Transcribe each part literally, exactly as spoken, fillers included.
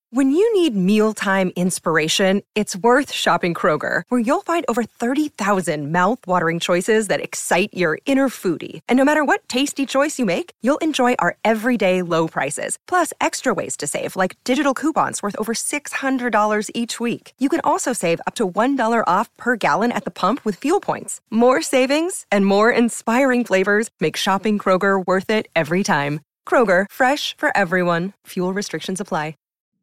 When you need mealtime inspiration, it's worth shopping Kroger, where you'll find over thirty thousand mouth-watering choices that excite your inner foodie. And no matter what tasty choice you make, you'll enjoy our everyday low prices, plus extra ways to save, like digital coupons worth over six hundred dollars each week. You can also save up to one dollar off per gallon at the pump with fuel points. More savings and more inspiring flavors make shopping Kroger worth it every time. Kroger, fresh for everyone. Fuel restrictions apply.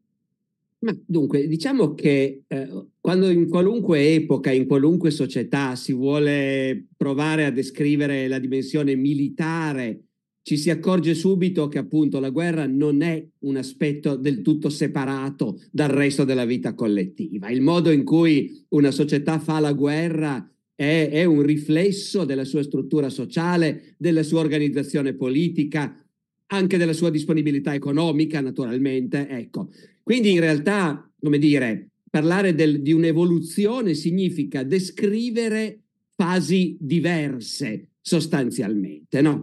Ma dunque, diciamo che eh, quando in qualunque epoca, in qualunque società si vuole provare a descrivere la dimensione militare, ci si accorge subito che appunto la guerra non è un aspetto del tutto separato dal resto della vita collettiva. Il modo in cui una società fa la guerra è, è un riflesso della sua struttura sociale, della sua organizzazione politica, anche della sua disponibilità economica, naturalmente, ecco. Quindi in realtà, come dire, parlare del, di un'evoluzione significa descrivere fasi diverse, sostanzialmente, no?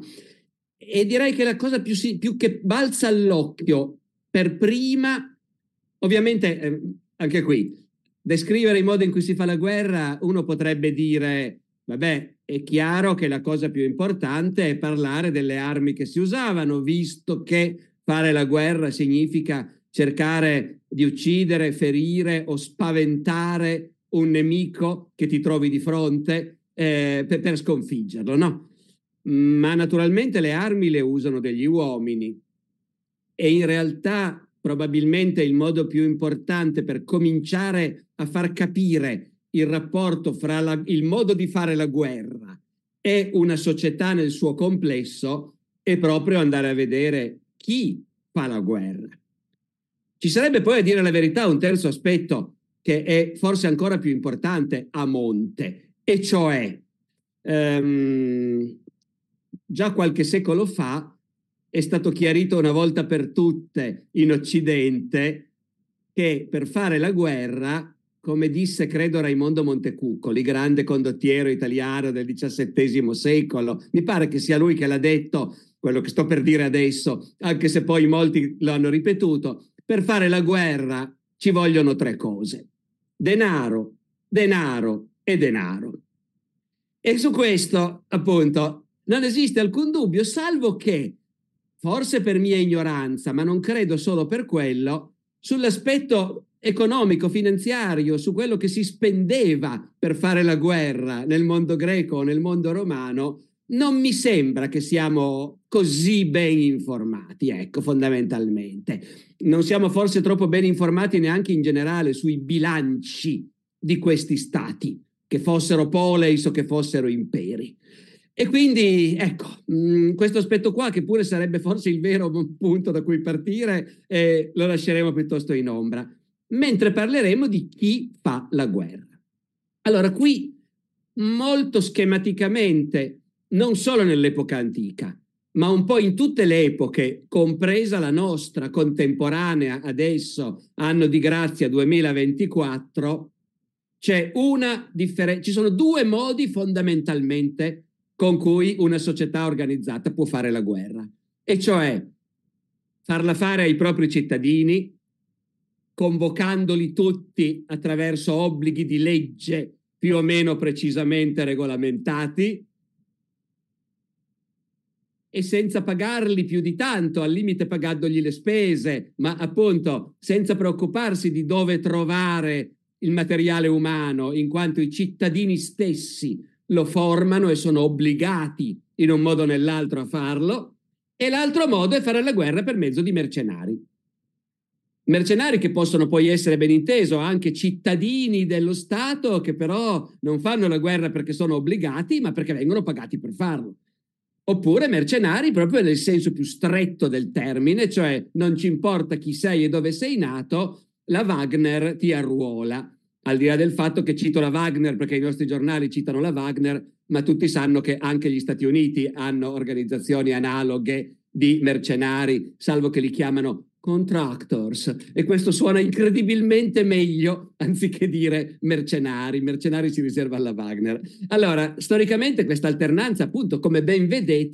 E direi che la cosa più, più che balza all'occhio per prima, ovviamente, eh, anche qui, descrivere il modo in cui si fa la guerra, uno potrebbe dire, vabbè, è chiaro che la cosa più importante è parlare delle armi che si usavano, visto che fare la guerra significa cercare di uccidere, ferire o spaventare un nemico che ti trovi di fronte eh, per, per sconfiggerlo, no? Ma naturalmente le armi le usano degli uomini e in realtà probabilmente il modo più importante per cominciare a far capire il rapporto fra la, il modo di fare la guerra e una società nel suo complesso è proprio andare a vedere chi fa la guerra. Ci sarebbe poi, a dire la verità, un terzo aspetto che è forse ancora più importante a monte, e cioè ehm, già qualche secolo fa è stato chiarito una volta per tutte in Occidente che per fare la guerra, come disse credo Raimondo Montecuccoli, grande condottiero italiano del diciassettesimo secolo, mi pare che sia lui che l'ha detto, quello che sto per dire adesso, anche se poi molti lo hanno ripetuto, per fare la guerra ci vogliono tre cose: denaro, denaro e denaro. E su questo, appunto, non esiste alcun dubbio, salvo che, forse per mia ignoranza, ma non credo solo per quello, sull'aspetto economico, finanziario, su quello che si spendeva per fare la guerra nel mondo greco o nel mondo romano, non mi sembra che siamo così ben informati, ecco, fondamentalmente. Non siamo forse troppo ben informati neanche in generale sui bilanci di questi stati, che fossero poleis o che fossero imperi. E quindi, ecco, mh, questo aspetto qua, che pure sarebbe forse il vero punto da cui partire, eh, lo lasceremo piuttosto in ombra, mentre parleremo di chi fa la guerra. Allora, qui, molto schematicamente, non solo nell'epoca antica, ma un po' in tutte le epoche, compresa la nostra contemporanea adesso, anno di grazia duemilaventiquattro, c'è una differenza, ci sono due modi fondamentalmente con cui una società organizzata può fare la guerra, e cioè farla fare ai propri cittadini, convocandoli tutti attraverso obblighi di legge più o meno precisamente regolamentati e senza pagarli più di tanto, al limite pagandogli le spese, ma appunto senza preoccuparsi di dove trovare il materiale umano, in quanto i cittadini stessi lo formano e sono obbligati in un modo o nell'altro a farlo. E l'altro modo è fare la guerra per mezzo di mercenari. Mercenari che possono poi essere, ben inteso, anche cittadini dello Stato, che però non fanno la guerra perché sono obbligati, ma perché vengono pagati per farlo. Oppure mercenari proprio nel senso più stretto del termine, cioè non ci importa chi sei e dove sei nato, la Wagner ti arruola. Al di là del fatto che cito la Wagner perché i nostri giornali citano la Wagner, ma tutti sanno che anche gli Stati Uniti hanno organizzazioni analoghe di mercenari, salvo che li chiamano contractors, e questo suona incredibilmente meglio anziché dire mercenari. Mercenari si riserva alla Wagner. Allora, storicamente questa alternanza, appunto, come ben vedete,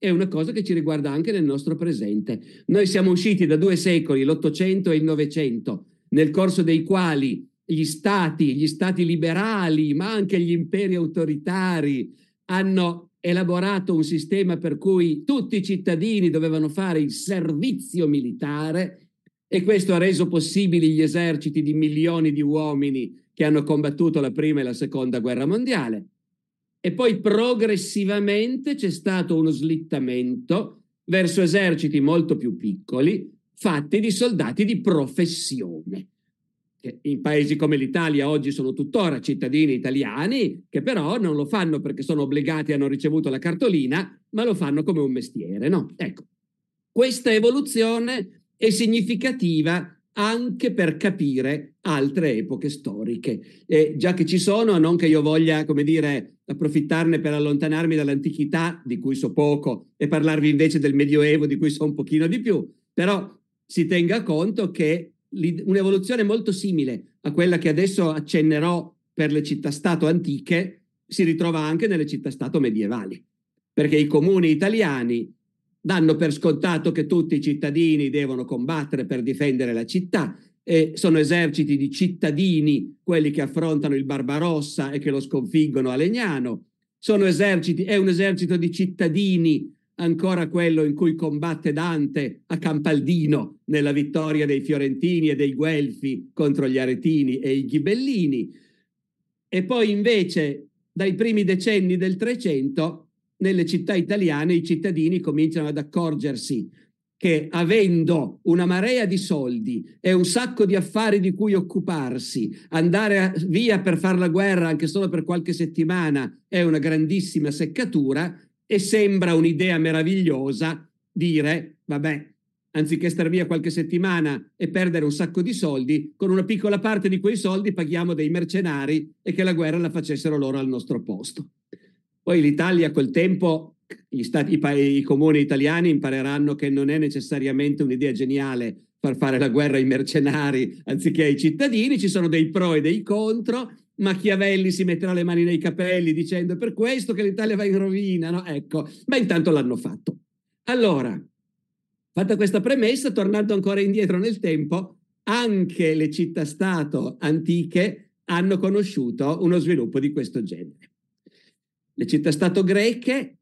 è una cosa che ci riguarda anche nel nostro presente. Noi siamo usciti da due secoli, l'Ottocento e il Novecento, nel corso dei quali gli stati, gli stati liberali, ma anche gli imperi autoritari hanno elaborato un sistema per cui tutti i cittadini dovevano fare il servizio militare, e questo ha reso possibili gli eserciti di milioni di uomini che hanno combattuto la prima e la seconda guerra mondiale. E poi progressivamente c'è stato uno slittamento verso eserciti molto più piccoli, fatti di soldati di professione. In paesi come l'Italia oggi sono tuttora cittadini italiani che però non lo fanno perché sono obbligati e hanno ricevuto la cartolina, ma lo fanno come un mestiere, no? Ecco, questa evoluzione è significativa anche per capire altre epoche storiche. E già che ci sono, non che io voglia, come dire, approfittarne per allontanarmi dall'antichità, di cui so poco, e parlarvi invece del Medioevo, di cui so un pochino di più, però si tenga conto che un'evoluzione molto simile a quella che adesso accennerò per le città-stato antiche si ritrova anche nelle città-stato medievali, perché i comuni italiani danno per scontato che tutti i cittadini devono combattere per difendere la città, e sono eserciti di cittadini quelli che affrontano il Barbarossa e che lo sconfiggono a Legnano, sono eserciti, è un esercito di cittadini ancora quello in cui combatte Dante a Campaldino nella vittoria dei Fiorentini e dei Guelfi contro gli Aretini e i Ghibellini. E poi invece dai primi decenni del Trecento nelle città italiane i cittadini cominciano ad accorgersi che, avendo una marea di soldi e un sacco di affari di cui occuparsi, andare via per fare la guerra anche solo per qualche settimana è una grandissima seccatura, e sembra un'idea meravigliosa dire, vabbè, anziché star via qualche settimana e perdere un sacco di soldi, con una piccola parte di quei soldi paghiamo dei mercenari e che la guerra la facessero loro al nostro posto. Poi l'Italia col tempo, gli stati, i, i comuni italiani impareranno che non è necessariamente un'idea geniale far fare la guerra ai mercenari anziché ai cittadini, ci sono dei pro e dei contro. Machiavelli si metterà le mani nei capelli dicendo è per questo che l'Italia va in rovina, no? Ecco, ma intanto l'hanno fatto. Allora, fatta questa premessa, tornando ancora indietro nel tempo, anche le città-stato antiche hanno conosciuto uno sviluppo di questo genere. Le città-stato greche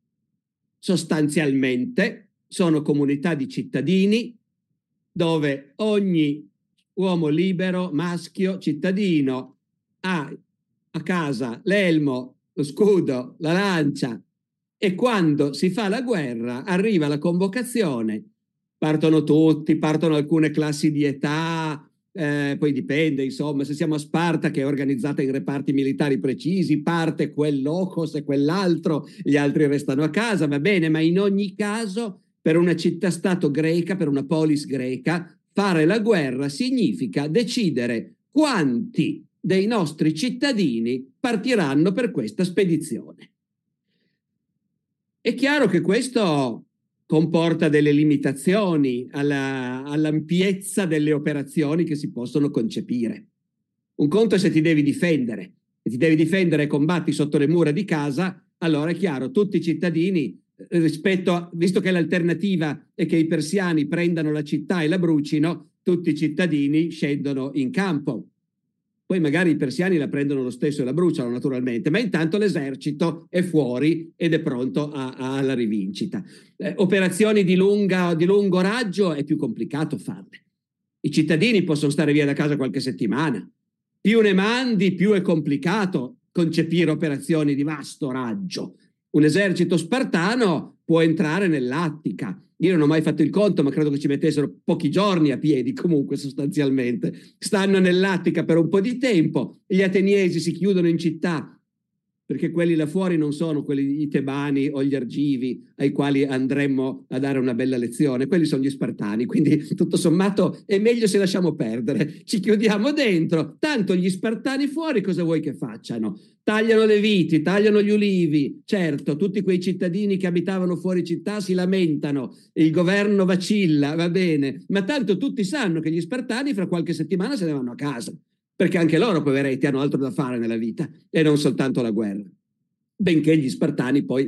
sostanzialmente sono comunità di cittadini dove ogni uomo libero, maschio, cittadino, ha a casa l'elmo, lo scudo, la lancia, e quando si fa la guerra arriva la convocazione, partono tutti, partono alcune classi di età, eh, poi dipende, insomma, se siamo a Sparta che è organizzata in reparti militari precisi, parte quel locos e quell'altro, gli altri restano a casa, va bene, ma in ogni caso per una città-stato greca, per una polis greca, fare la guerra significa decidere quanti dei nostri cittadini partiranno per questa spedizione. È chiaro che questo comporta delle limitazioni alla, all'ampiezza delle operazioni che si possono concepire. Un conto è se ti devi difendere, se ti devi difendere e combatti sotto le mura di casa, allora è chiaro, tutti i cittadini, rispetto a, visto che l'alternativa è che i persiani prendano la città e la brucino, tutti i cittadini scendono in campo. Poi magari i persiani la prendono lo stesso e la bruciano naturalmente, ma intanto l'esercito è fuori ed è pronto a, a, alla rivincita. Eh, operazioni di, lunga, di lungo raggio è più complicato farle. I cittadini possono stare via da casa qualche settimana. Più ne mandi, più è complicato concepire operazioni di vasto raggio. Un esercito spartano può entrare nell'Attica. Io non ho mai fatto il conto, ma credo che ci mettessero pochi giorni a piedi, comunque sostanzialmente. Stanno nell'Attica per un po' di tempo, gli ateniesi si chiudono in città, perché quelli là fuori non sono quelli i tebani o gli argivi ai quali andremmo a dare una bella lezione, quelli sono gli spartani, quindi tutto sommato è meglio se lasciamo perdere, ci chiudiamo dentro, tanto gli spartani fuori cosa vuoi che facciano? Tagliano le viti, tagliano gli ulivi, certo, tutti quei cittadini che abitavano fuori città si lamentano, il governo vacilla, va bene, ma tanto tutti sanno che gli spartani fra qualche settimana se ne vanno a casa, perché anche loro, poveretti, hanno altro da fare nella vita e non soltanto la guerra. Benché gli spartani poi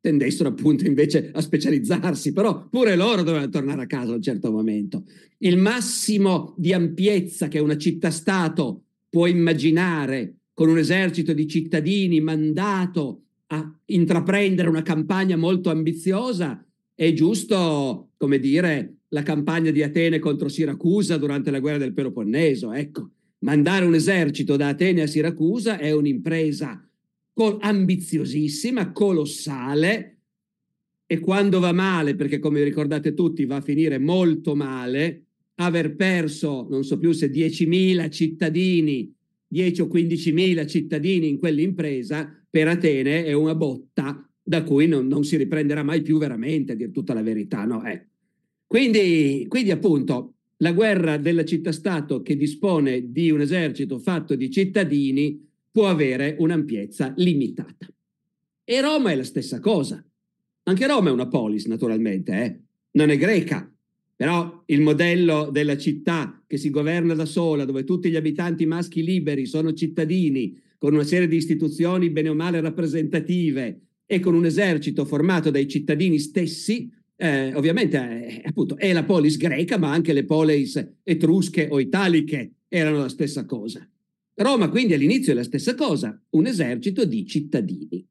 tendessero appunto invece a specializzarsi, però pure loro dovevano tornare a casa a un certo momento. Il massimo di ampiezza che una città-stato può immaginare con un esercito di cittadini mandato a intraprendere una campagna molto ambiziosa è giusto, come dire, la campagna di Atene contro Siracusa durante la guerra del Peloponneso. Ecco, mandare un esercito da Atene a Siracusa è un'impresa ambiziosissima, colossale, e quando va male, perché come ricordate tutti va a finire molto male, aver perso, non so più se diecimila cittadini, dieci o quindicimila cittadini in quell'impresa, per Atene è una botta da cui non, non si riprenderà mai più veramente, a dir tutta la verità, no? Eh. Quindi, quindi appunto la guerra della città-stato che dispone di un esercito fatto di cittadini può avere un'ampiezza limitata. E Roma è la stessa cosa. Anche Roma è una polis, naturalmente, eh? Non è greca, però il modello della città che si governa da sola, dove tutti gli abitanti maschi liberi sono cittadini, con una serie di istituzioni bene o male rappresentative e con un esercito formato dai cittadini stessi, eh, ovviamente eh, appunto è la polis greca, ma anche le polis etrusche o italiche erano la stessa cosa. Roma quindi all'inizio è la stessa cosa, un esercito di cittadini.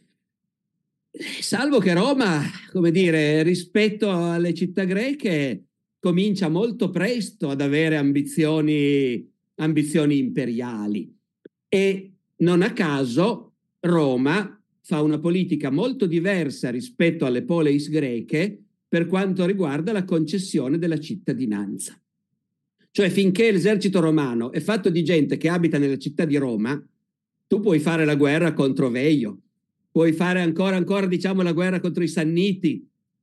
Salvo che Roma, come dire, rispetto alle città greche, comincia molto presto ad avere ambizioni, ambizioni imperiali. E non a caso Roma fa una politica molto diversa rispetto alle poleis greche per quanto riguarda la concessione della cittadinanza. Cioè, finché l'esercito romano è fatto di gente che abita nella città di Roma, tu puoi fare la guerra contro Veio, puoi fare ancora, ancora diciamo, la guerra contro i Sanniti,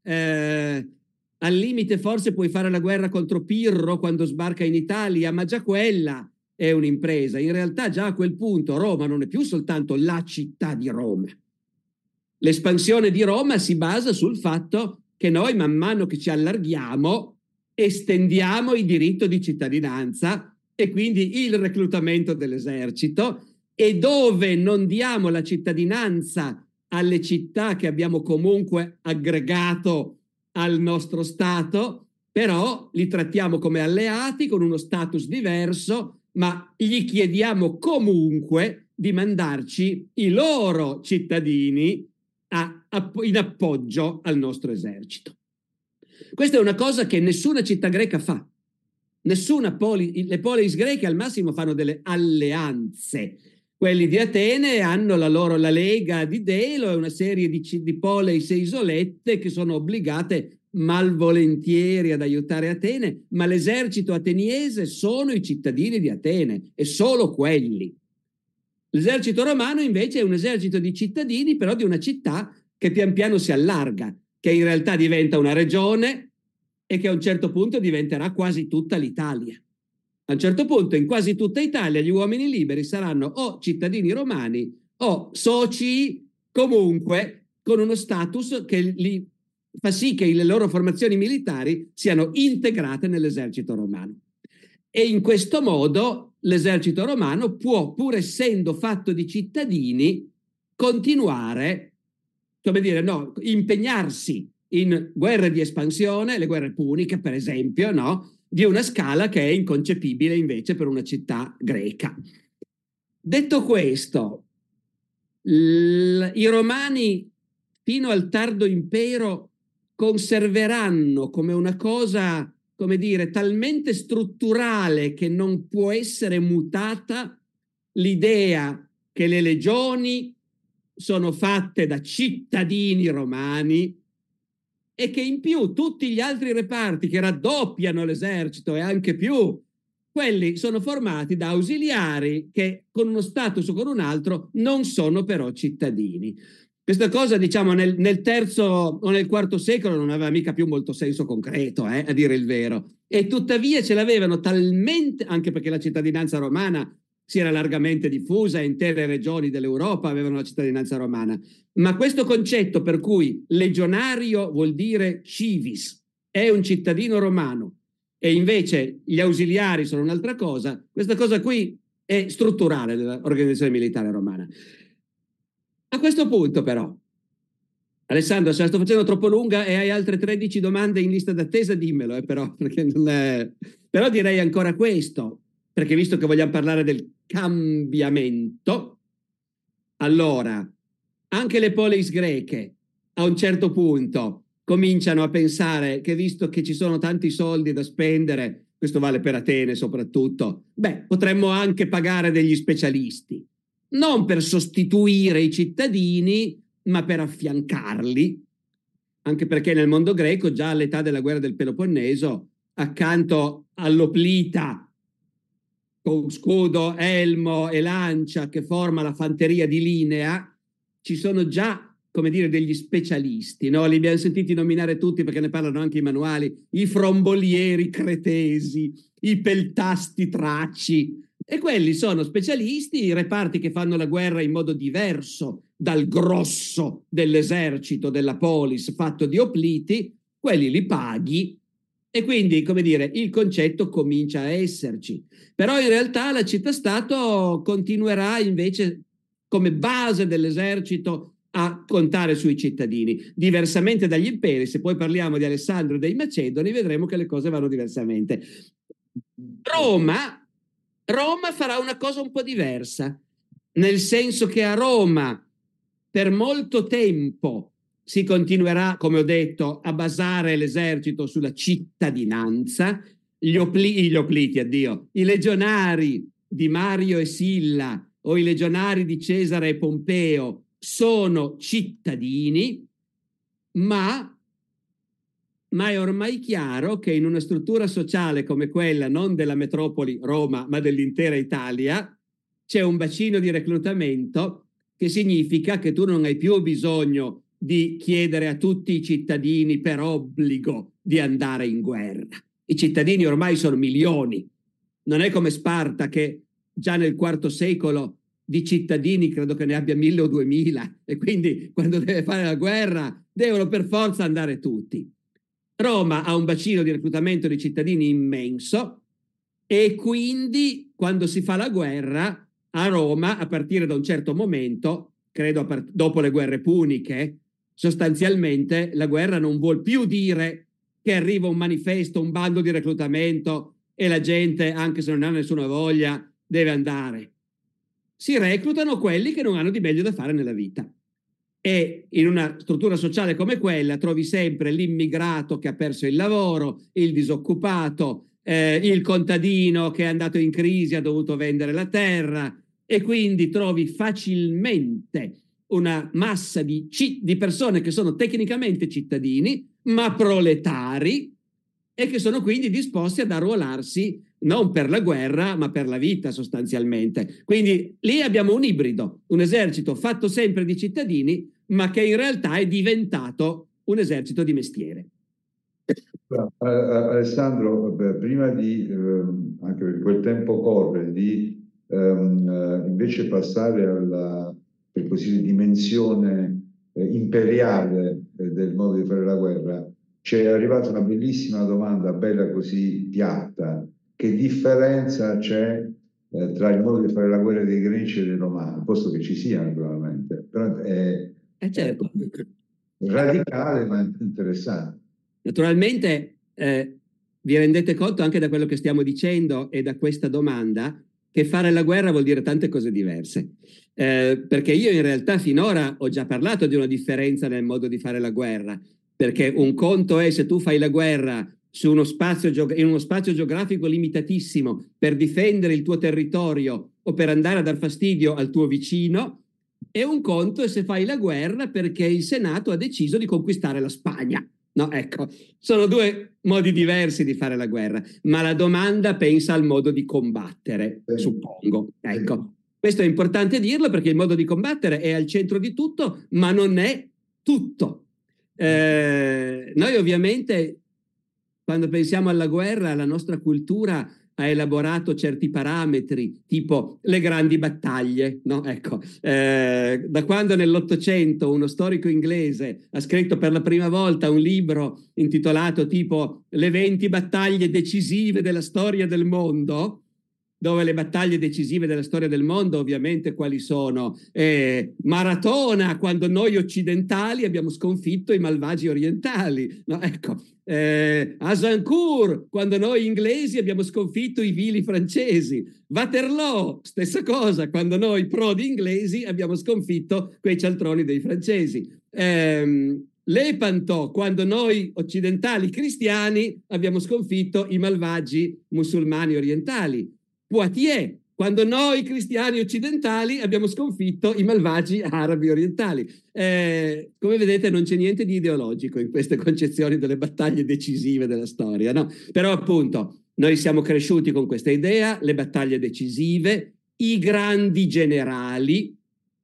eh, al limite forse puoi fare la guerra contro Pirro quando sbarca in Italia, ma già quella è un'impresa. In realtà già a quel punto Roma non è più soltanto la città di Roma. L'espansione di Roma si basa sul fatto che noi man mano che ci allarghiamo estendiamo il diritto di cittadinanza e quindi il reclutamento dell'esercito, e dove non diamo la cittadinanza alle città che abbiamo comunque aggregato al nostro Stato, però li trattiamo come alleati con uno status diverso, ma gli chiediamo comunque di mandarci i loro cittadini a, a, in appoggio al nostro esercito. Questa è una cosa che nessuna città greca fa. Nessuna poli, le polis greche al massimo fanno delle alleanze. Quelli di Atene hanno la loro la Lega di Delo e una serie di, di poleis e isolette che sono obbligate malvolentieri ad aiutare Atene, ma l'esercito ateniese sono i cittadini di Atene e solo quelli. L'esercito romano invece è un esercito di cittadini, però di una città che pian piano si allarga, che in realtà diventa una regione e che a un certo punto diventerà quasi tutta l'Italia. A un certo punto in quasi tutta Italia gli uomini liberi saranno o cittadini romani o soci, comunque con uno status che li fa sì che le loro formazioni militari siano integrate nell'esercito romano. E in questo modo l'esercito romano può, pur essendo fatto di cittadini, continuare, come dire, no, impegnarsi in guerre di espansione, le guerre puniche per esempio, no? Di una scala che è inconcepibile invece per una città greca. Detto questo, l- i romani fino al tardo impero conserveranno come una cosa, come dire, talmente strutturale che non può essere mutata l'idea che le legioni sono fatte da cittadini romani e che in più tutti gli altri reparti che raddoppiano l'esercito e anche più, quelli sono formati da ausiliari che con uno status o con un altro non sono però cittadini. Questa cosa, diciamo, nel, nel terzo o nel quarto secolo non aveva mica più molto senso concreto, eh, a dire il vero. E tuttavia ce l'avevano talmente, anche perché la cittadinanza romana si era largamente diffusa, intere regioni dell'Europa avevano la cittadinanza romana. Ma questo concetto per cui legionario vuol dire civis, è un cittadino romano, e invece gli ausiliari sono un'altra cosa, questa cosa qui è strutturale dell'organizzazione militare romana. A questo punto però, Alessandro, se la sto facendo troppo lunga e hai altre tredici domande in lista d'attesa, dimmelo, eh, però, perché non è... però direi ancora questo, perché visto che vogliamo parlare del cambiamento, allora, anche le polis greche a un certo punto cominciano a pensare che visto che ci sono tanti soldi da spendere, questo vale per Atene soprattutto, beh, potremmo anche pagare degli specialisti, non per sostituire i cittadini, ma per affiancarli, anche perché nel mondo greco, già all'età della guerra del Peloponneso, accanto all'oplita con scudo, elmo e lancia che forma la fanteria di linea, ci sono già, come dire, degli specialisti, no? Li abbiamo sentiti nominare tutti perché ne parlano anche i manuali, i frombolieri cretesi, i peltasti traci, e quelli sono specialisti, i reparti che fanno la guerra in modo diverso dal grosso dell'esercito della polis fatto di opliti, quelli li paghi e quindi, come dire, il concetto comincia a esserci. Però in realtà la città-stato continuerà invece come base dell'esercito a contare sui cittadini, diversamente dagli imperi. Se poi parliamo di Alessandro e dei Macedoni, vedremo che le cose vanno diversamente. Roma, Roma farà una cosa un po' diversa, nel senso che a Roma per molto tempo si continuerà, come ho detto, a basare l'esercito sulla cittadinanza. Gli, opli, gli opliti, addio, i legionari di Mario e Silla o i legionari di Cesare e Pompeo sono cittadini, ma, ma è ormai chiaro che in una struttura sociale come quella non della metropoli Roma, ma dell'intera Italia, c'è un bacino di reclutamento che significa che tu non hai più bisogno di chiedere a tutti i cittadini per obbligo di andare in guerra. I cittadini ormai sono milioni. Non è come Sparta che già nel quarto secolo di cittadini credo che ne abbia mille o duemila e quindi quando deve fare la guerra devono per forza andare tutti. Roma ha un bacino di reclutamento di cittadini immenso e quindi quando si fa la guerra a Roma, a partire da un certo momento, credo a part- dopo le guerre puniche, sostanzialmente la guerra non vuol più dire che arriva un manifesto, un bando di reclutamento e la gente, anche se non ha nessuna voglia, deve andare. Si reclutano quelli che non hanno di meglio da fare nella vita. E in una struttura sociale come quella trovi sempre l'immigrato che ha perso il lavoro, il disoccupato, eh, il contadino che è andato in crisi, ha dovuto vendere la terra, e quindi trovi facilmente una massa di, di persone che sono tecnicamente cittadini, ma proletari, e che sono quindi disposti ad arruolarsi non per la guerra, ma per la vita sostanzialmente. Quindi lì abbiamo un ibrido, un esercito fatto sempre di cittadini, ma che in realtà è diventato un esercito di mestiere. Alessandro, prima di, ehm, anche perché quel tempo corre, di ehm, invece passare alla, per così dire, dimensione eh, imperiale eh, del modo di fare la guerra, c'è arrivata una bellissima domanda, bella così piatta: che differenza c'è eh, tra il modo di fare la guerra dei greci e dei romani? Posto che ci sia naturalmente, però è, eh certo. è radicale ma interessante. Naturalmente eh, vi rendete conto anche da quello che stiamo dicendo e da questa domanda che fare la guerra vuol dire tante cose diverse, eh, perché io in realtà finora ho già parlato di una differenza nel modo di fare la guerra, perché un conto è se tu fai la guerra su uno spazio in uno spazio geografico limitatissimo per difendere il tuo territorio o per andare a dar fastidio al tuo vicino, e un conto è se fai la guerra perché il Senato ha deciso di conquistare la Spagna. No, ecco, sono due modi diversi di fare la guerra, ma la domanda pensa al modo di combattere, sì. suppongo. Ecco, sì. Questo è importante dirlo perché il modo di combattere è al centro di tutto, ma non è tutto. Eh, noi ovviamente, quando pensiamo alla guerra, la nostra cultura ha elaborato certi parametri, tipo le grandi battaglie, no? Ecco, eh, da quando nell'Ottocento uno storico inglese ha scritto per la prima volta un libro intitolato tipo Le venti battaglie decisive della storia del mondo, dove le battaglie decisive della storia del mondo ovviamente quali sono? Eh, Maratona, quando noi occidentali abbiamo sconfitto i malvagi orientali, no? Ecco, eh, Agincourt, quando noi inglesi abbiamo sconfitto i vili francesi, Waterloo, stessa cosa, quando noi prodi inglesi abbiamo sconfitto quei cialtroni dei francesi, eh, Lepanto, quando noi occidentali cristiani abbiamo sconfitto i malvagi musulmani orientali, Poitiers, quando noi cristiani occidentali abbiamo sconfitto i malvagi arabi orientali. Eh, come vedete non c'è niente di ideologico in queste concezioni delle battaglie decisive della storia, no? Però appunto noi siamo cresciuti con questa idea, le battaglie decisive, i grandi generali,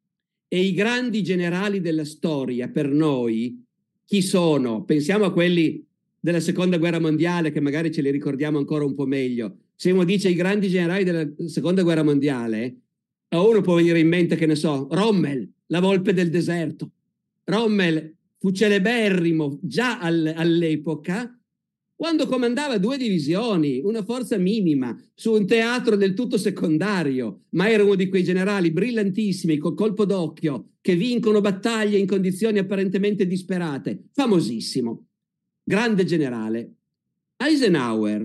e i grandi generali della storia per noi chi sono? Pensiamo a quelli della seconda guerra mondiale, che magari ce li ricordiamo ancora un po' meglio. Se uno dice i grandi generali della seconda guerra mondiale, a uno può venire in mente, che ne so, Rommel, la volpe del deserto. Rommel fu celeberrimo già al, all'epoca, quando comandava due divisioni, una forza minima, su un teatro del tutto secondario, ma era uno di quei generali brillantissimi, col colpo d'occhio, che vincono battaglie in condizioni apparentemente disperate. Famosissimo. Grande generale. Eisenhower,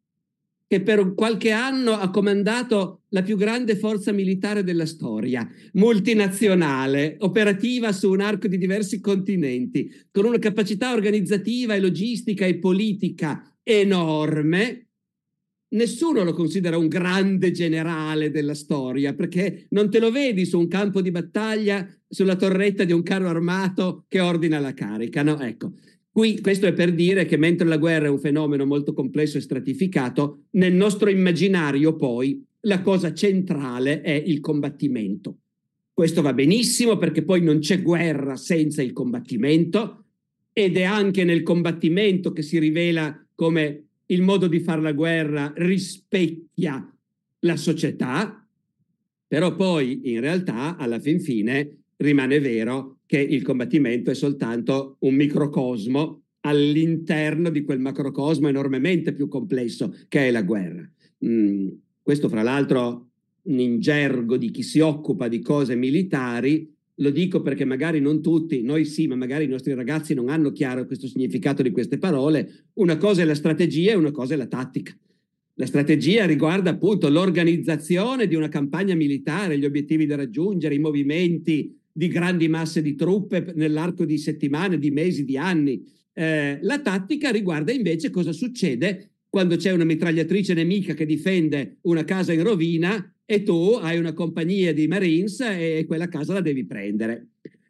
che per qualche anno ha comandato la più grande forza militare della storia, multinazionale, operativa su un arco di diversi continenti, con una capacità organizzativa e logistica e politica enorme. Nessuno lo considera un grande generale della storia, perché non te lo vedi su un campo di battaglia, sulla torretta di un carro armato che ordina la carica, no? Ecco. Qui questo è per dire che mentre la guerra è un fenomeno molto complesso e stratificato, nel nostro immaginario poi la cosa centrale è il combattimento. Questo va benissimo perché poi non c'è guerra senza il combattimento, ed è anche nel combattimento che si rivela come il modo di fare la guerra rispecchia la società, però poi in realtà alla fin fine rimane vero che il combattimento è soltanto un microcosmo all'interno di quel macrocosmo enormemente più complesso che è la guerra. Mm, questo fra l'altro in gergo di chi si occupa di cose militari, lo dico perché magari non tutti, noi sì, ma magari i nostri ragazzi non hanno chiaro questo significato di queste parole. Una cosa è la strategia e una cosa è la tattica. La strategia riguarda appunto l'organizzazione di una campagna militare, gli obiettivi da raggiungere, i movimenti di grandi masse di truppe nell'arco di settimane, di mesi, di anni. Eh, la tattica riguarda invece cosa succede quando c'è una mitragliatrice nemica che difende una casa in rovina e tu hai una compagnia di Marines e quella casa la devi prendere.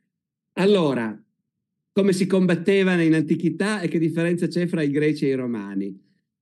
Allora, come si combatteva in antichità e che differenza c'è fra i greci e i romani?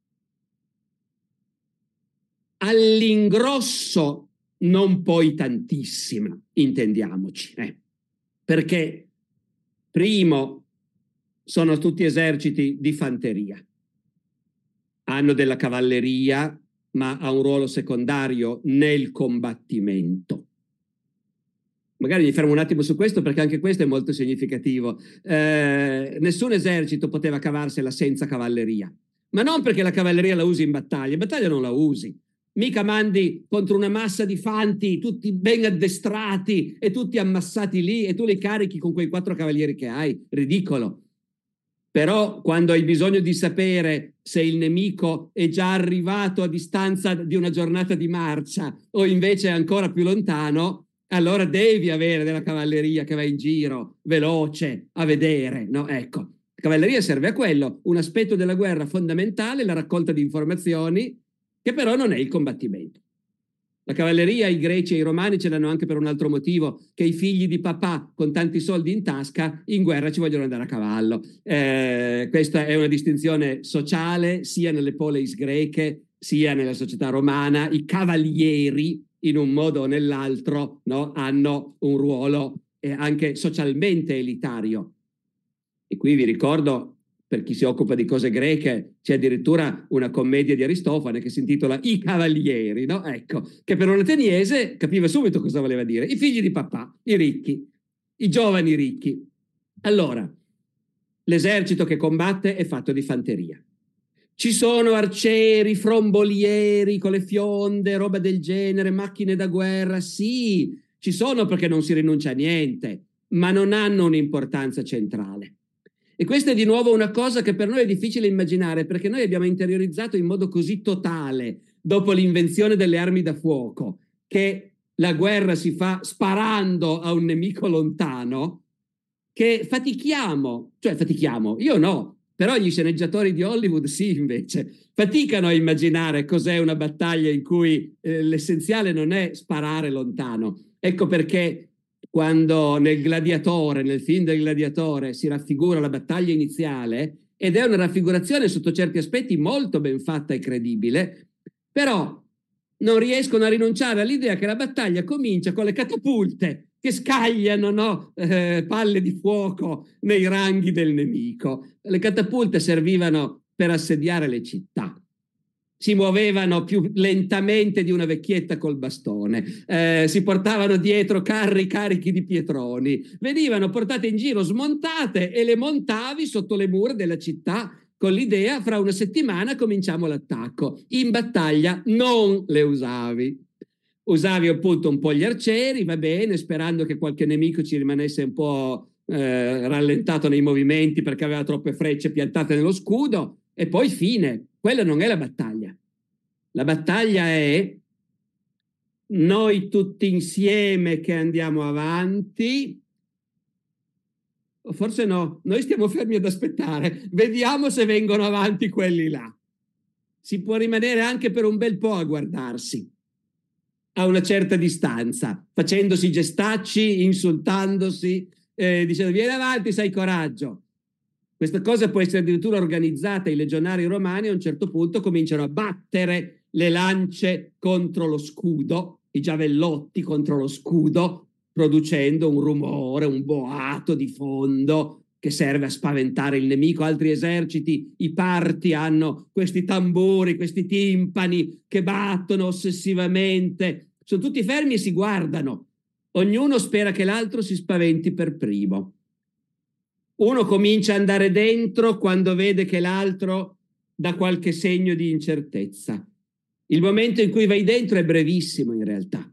All'ingrosso non poi tantissima, intendiamoci, eh. Perché primo sono tutti eserciti di fanteria, hanno della cavalleria, ma ha un ruolo secondario nel combattimento. Magari mi fermo un attimo su questo perché anche questo è molto significativo. Eh, nessun esercito poteva cavarsela senza cavalleria, ma non perché la cavalleria la usi in battaglia, in battaglia non la usi. Mica mandi contro una massa di fanti tutti ben addestrati e tutti ammassati lì e tu li carichi con quei quattro cavalieri che hai, ridicolo. Però quando hai bisogno di sapere se il nemico è già arrivato a distanza di una giornata di marcia o invece è ancora più lontano, allora devi avere della cavalleria che va in giro, veloce, a vedere, no? Ecco, la cavalleria serve a quello, un aspetto della guerra fondamentale, la raccolta di informazioni, che però non è il combattimento. La cavalleria, i greci e i romani ce l'hanno anche per un altro motivo, che i figli di papà con tanti soldi in tasca in guerra ci vogliono andare a cavallo. Eh, questa è una distinzione sociale sia nelle poleis greche sia nella società romana. I cavalieri in un modo o nell'altro, no, hanno un ruolo eh, anche socialmente elitario. E qui vi ricordo, per chi si occupa di cose greche, c'è addirittura una commedia di Aristofane che si intitola I Cavalieri, no? Ecco, che per un ateniese capiva subito cosa voleva dire. I figli di papà, i ricchi, i giovani ricchi. Allora, l'esercito che combatte è fatto di fanteria. Ci sono arcieri, frombolieri con le fionde, roba del genere, macchine da guerra, sì, ci sono perché non si rinuncia a niente, ma non hanno un'importanza centrale. E questa è di nuovo una cosa che per noi è difficile immaginare, perché noi abbiamo interiorizzato in modo così totale, dopo l'invenzione delle armi da fuoco, che la guerra si fa sparando a un nemico lontano, che fatichiamo, cioè fatichiamo, io no, però gli sceneggiatori di Hollywood sì, invece, faticano a immaginare cos'è una battaglia in cui eh, l'essenziale non è sparare lontano. Ecco perché quando nel Gladiatore, nel film del Gladiatore, si raffigura la battaglia iniziale, ed è una raffigurazione sotto certi aspetti molto ben fatta e credibile, però non riescono a rinunciare all'idea che la battaglia comincia con le catapulte che scagliano, no, eh, palle di fuoco nei ranghi del nemico. Le catapulte servivano per assediare le città. Si muovevano più lentamente di una vecchietta col bastone, eh, si portavano dietro carri carichi di pietroni, venivano portate in giro smontate e le montavi sotto le mura della città con l'idea fra una settimana cominciamo l'attacco. In battaglia non le usavi. Usavi appunto un po' gli arcieri, va bene, sperando che qualche nemico ci rimanesse un po' eh, rallentato nei movimenti perché aveva troppe frecce piantate nello scudo, e poi fine. Quella non è la battaglia. La battaglia è noi tutti insieme che andiamo avanti, o forse no, noi stiamo fermi ad aspettare, vediamo se vengono avanti quelli là. Si può rimanere anche per un bel po' a guardarsi, a una certa distanza, facendosi gestacci, insultandosi, eh, dicendo vieni avanti, sai coraggio. Questa cosa può essere addirittura organizzata. I legionari romani a un certo punto cominciano a battere le lance contro lo scudo, i giavellotti contro lo scudo, producendo un rumore, un boato di fondo che serve a spaventare il nemico. Altri eserciti, i parti, hanno questi tamburi, questi timpani che battono ossessivamente. Sono tutti fermi e si guardano. Ognuno spera che l'altro si spaventi per primo. Uno comincia ad andare dentro quando vede che l'altro dà qualche segno di incertezza. Il momento in cui vai dentro è brevissimo in realtà.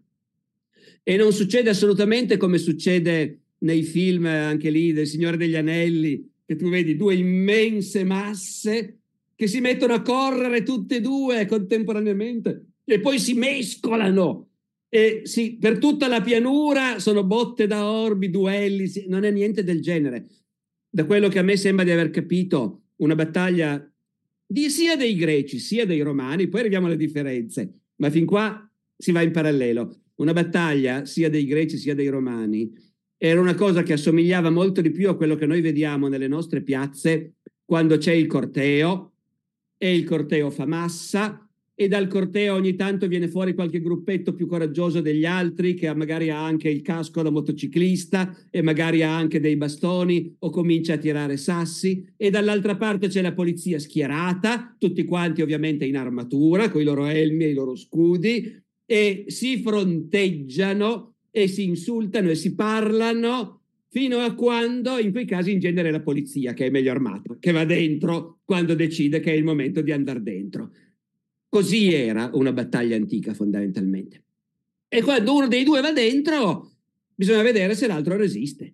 E non succede assolutamente come succede nei film, anche lì, del Signore degli Anelli, che tu vedi due immense masse che si mettono a correre tutte e due contemporaneamente e poi si mescolano. E si, per tutta la pianura sono botte da orbi, duelli, si, non è niente del genere. Da quello che a me sembra di aver capito, una battaglia di, sia dei greci sia dei romani, poi arriviamo alle differenze, ma fin qua si va in parallelo. Una battaglia sia dei greci sia dei romani era una cosa che assomigliava molto di più a quello che noi vediamo nelle nostre piazze quando c'è il corteo e il corteo fa massa e dal corteo ogni tanto viene fuori qualche gruppetto più coraggioso degli altri che magari ha anche il casco da motociclista e magari ha anche dei bastoni o comincia a tirare sassi, e dall'altra parte c'è la polizia schierata, tutti quanti ovviamente in armatura con i loro elmi e i loro scudi, e si fronteggiano e si insultano e si parlano fino a quando, in quei casi, in genere è la polizia che è meglio armata, che va dentro quando decide che è il momento di andare dentro. Così era una battaglia antica fondamentalmente. E quando uno dei due va dentro, bisogna vedere se l'altro resiste.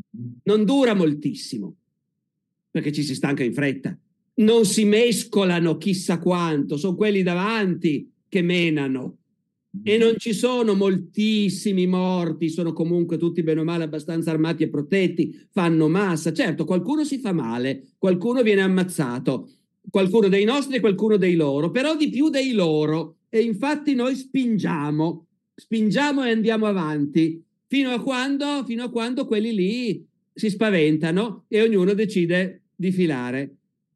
Non dura moltissimo, perché ci si stanca in fretta. Non si mescolano chissà quanto, sono quelli davanti che menano. E non ci sono moltissimi morti, sono comunque tutti bene o male abbastanza armati e protetti, fanno massa. Certo, qualcuno si fa male, qualcuno viene ammazzato, qualcuno dei nostri e qualcuno dei loro, però di più dei loro, e infatti noi spingiamo, spingiamo e andiamo avanti, fino a quando, fino a quando quelli lì si spaventano e ognuno decide di filare,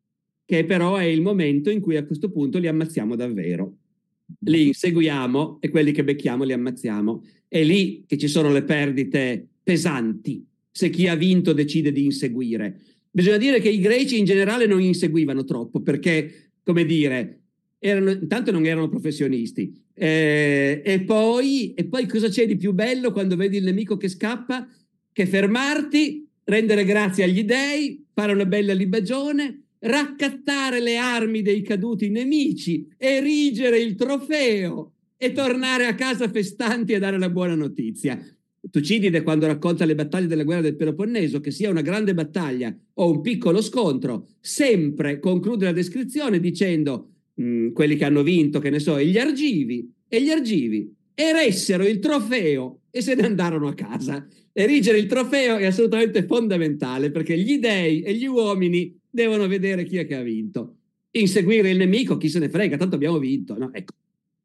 che però è il momento in cui a questo punto li ammazziamo davvero. Li inseguiamo e quelli che becchiamo li ammazziamo. È lì che ci sono le perdite pesanti, se chi ha vinto decide di inseguire. Bisogna dire che i greci in generale non inseguivano troppo perché, come dire, erano, intanto non erano professionisti, eh, e, poi, e poi cosa c'è di più bello quando vedi il nemico che scappa? Che fermarti, rendere grazie agli dei, fare una bella libagione raccattare le armi dei caduti nemici, erigere il trofeo e tornare a casa festanti e dare la buona notizia. Tucidide, quando racconta le battaglie della guerra del Peloponneso, che sia una grande battaglia o un piccolo scontro, sempre conclude la descrizione dicendo mh, quelli che hanno vinto, che ne so, gli Argivi, e gli Argivi eressero il trofeo e se ne andarono a casa. Erigere il trofeo è assolutamente fondamentale, perché gli dei e gli uomini devono vedere chi è che ha vinto. Inseguire il nemico, chi se ne frega, tanto abbiamo vinto, no? Ecco.